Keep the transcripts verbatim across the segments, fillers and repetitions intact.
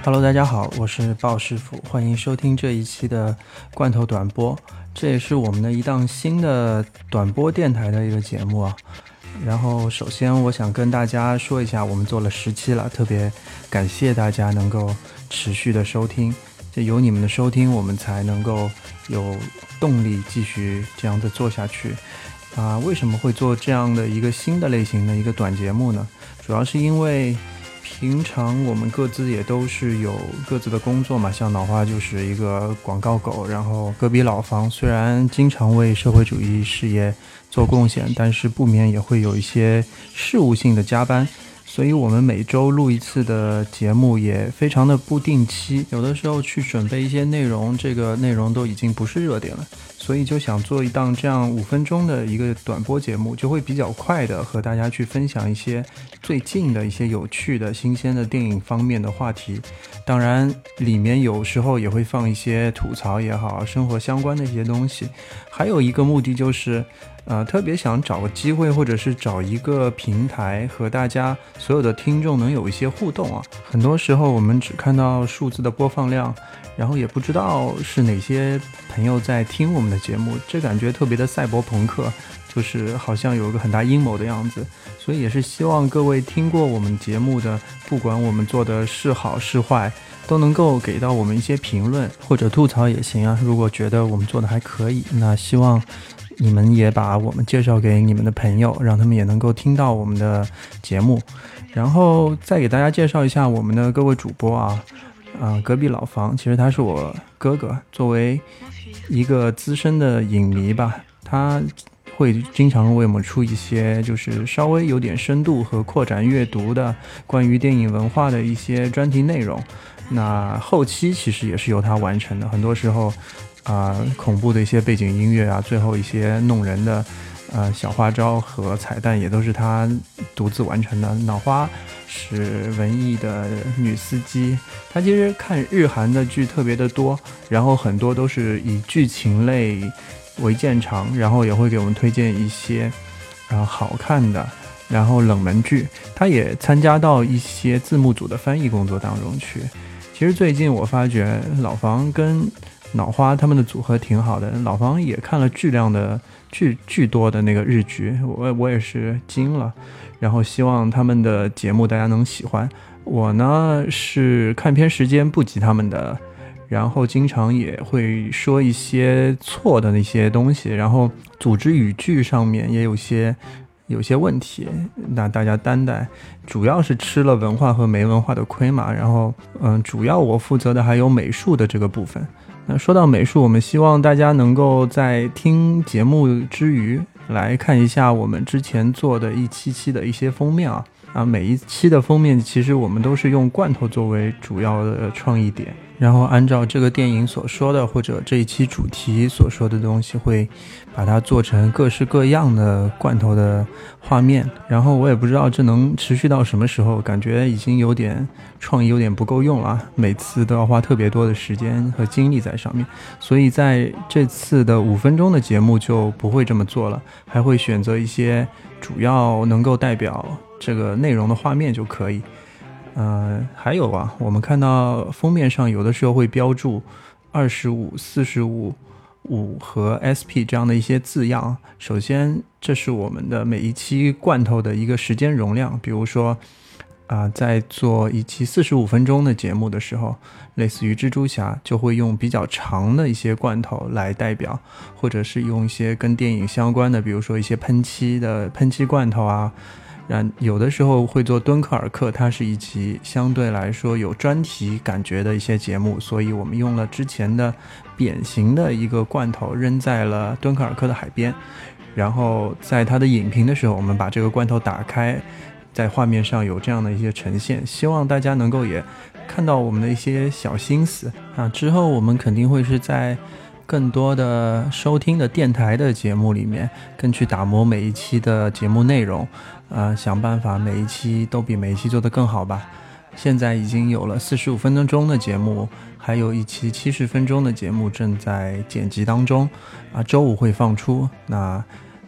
Hello， 大家好，我是鲍师傅，欢迎收听这一期的罐头短播，这也是我们的一档新的短播电台的一个节目啊。然后首先我想跟大家说一下，我们做了十期了，特别感谢大家能够持续的收听，就有你们的收听，我们才能够有动力继续这样子做下去啊。为什么会做这样的一个新的类型的一个短节目呢？主要是因为平常我们各自也都是有各自的工作嘛，像脑花就是一个广告狗，然后隔壁老房虽然经常为社会主义事业做贡献，但是不免也会有一些事务性的加班，所以我们每周录一次的节目也非常的不定期，有的时候去准备一些内容，这个内容都已经不是热点了，所以就想做一档这样五分钟的一个短播节目，就会比较快的和大家去分享一些最近的一些有趣的新鲜的电影方面的话题，当然里面有时候也会放一些吐槽也好，生活相关的一些东西，还有一个目的就是呃，特别想找个机会或者是找一个平台和大家所有的听众能有一些互动啊。很多时候我们只看到数字的播放量，然后也不知道是哪些朋友在听我们的节目，这感觉特别的赛博朋克，就是好像有一个很大阴谋的样子。所以也是希望各位听过我们节目的，不管我们做的是好是坏，都能够给到我们一些评论或者吐槽也行啊。如果觉得我们做的还可以，那希望你们也把我们介绍给你们的朋友，让他们也能够听到我们的节目。然后再给大家介绍一下我们的各位主播啊，呃、隔壁老房其实他是我哥哥，作为一个资深的影迷吧，他会经常为我们出一些就是稍微有点深度和扩展阅读的关于电影文化的一些专题内容，那后期其实也是由他完成的，很多时候啊、呃，恐怖的一些背景音乐啊，最后一些弄人的呃小花招和彩蛋也都是他独自完成的。脑花是文艺的女司机，她其实看日韩的剧特别的多，然后很多都是以剧情类为见长，然后也会给我们推荐一些啊、呃、好看的，然后冷门剧，她也参加到一些字幕组的翻译工作当中去。其实最近我发觉老房跟脑花他们的组合挺好的，老房也看了巨量的巨巨多的那个日剧，我我也是惊了，然后希望他们的节目大家能喜欢。我呢是看片时间不及他们的，然后经常也会说一些错的那些东西，然后组织语句上面也有些有些问题，那大家担待，主要是吃了文化和没文化的亏嘛。然后嗯，主要我负责的还有美术的这个部分。那说到美术，我们希望大家能够在听节目之余来看一下我们之前做的一期期的一些封面啊啊，每一期的封面其实我们都是用罐头作为主要的创意点，然后按照这个电影所说的或者这一期主题所说的东西，会把它做成各式各样的罐头的画面。然后我也不知道这能持续到什么时候，感觉已经有点创意有点不够用了，每次都要花特别多的时间和精力在上面，所以在这次的五分钟的节目就不会这么做了，还会选择一些主要能够代表这个内容的画面就可以。呃，还有啊，我们看到封面上有的时候会标注二十五、四十五、五和 S P 这样的一些字样。首先，这是我们的每一期罐头的一个时间容量，比如说啊、呃，在做一期四十五分钟的节目的时候，类似于蜘蛛侠就会用比较长的一些罐头来代表，或者是用一些跟电影相关的，比如说一些喷漆的喷漆罐头啊。然有的时候会做敦刻尔克，它是一集相对来说有专题感觉的一些节目，所以我们用了之前的扁形的一个罐头扔在了敦刻尔克的海边，然后在它的影评的时候，我们把这个罐头打开，在画面上有这样的一些呈现，希望大家能够也看到我们的一些小心思啊。之后我们肯定会是在更多的收听的电台的节目里面更去打磨每一期的节目内容，呃，想办法每一期都比每一期做得更好吧。现在已经有了四十五分钟的节目，还有一期七十分钟的节目正在剪辑当中啊，周五会放出。那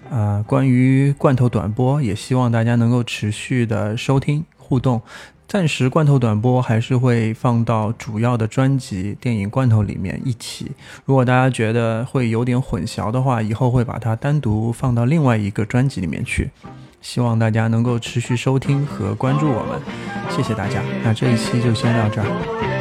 呃，关于罐头短波，也希望大家能够持续的收听互动。暂时罐头短波还是会放到主要的专辑电影罐头里面一起，如果大家觉得会有点混淆的话，以后会把它单独放到另外一个专辑里面去。希望大家能够持续收听和关注我们，谢谢大家。那这一期就先到这儿。